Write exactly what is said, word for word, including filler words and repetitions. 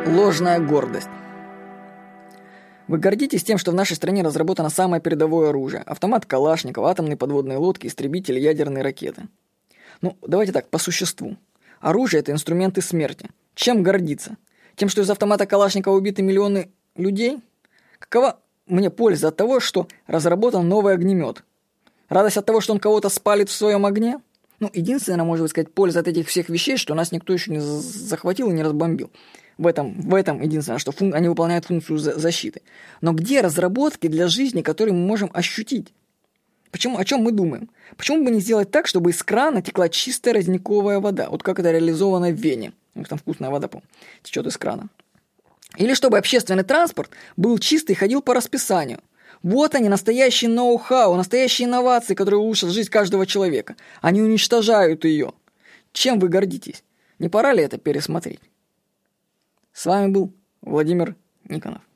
Ложная гордость. Вы гордитесь тем, что в нашей стране разработано самое передовое оружие: автомат Калашникова, атомные подводные лодки, истребители, ядерные ракеты. Ну, давайте так, по существу. Оружие – это инструменты смерти. Чем гордиться? Тем, что из автомата Калашникова убиты миллионы людей? Какова мне польза от того, что разработан новый огнемет? Радость от того, что он кого-то спалит в своем огне? Ну, единственное, можно сказать, польза от этих всех вещей, что нас никто еще не захватил и не разбомбил. В этом, в этом единственное, что фун... они выполняют функцию защиты. Но где разработки для жизни, которые мы можем ощутить? Почему, о чем мы думаем? Почему бы не сделать так, чтобы из крана текла чистая родниковая вода? Вот как это реализовано в Вене. Там вкусная вода, по-моему, течет из крана. Или чтобы общественный транспорт был чистый и ходил по расписанию. Вот они, настоящие ноу-хау, настоящие инновации, которые улучшат жизнь каждого человека. Они уничтожают ее. Чем вы гордитесь? Не пора ли это пересмотреть? С вами был Владимир Никонов.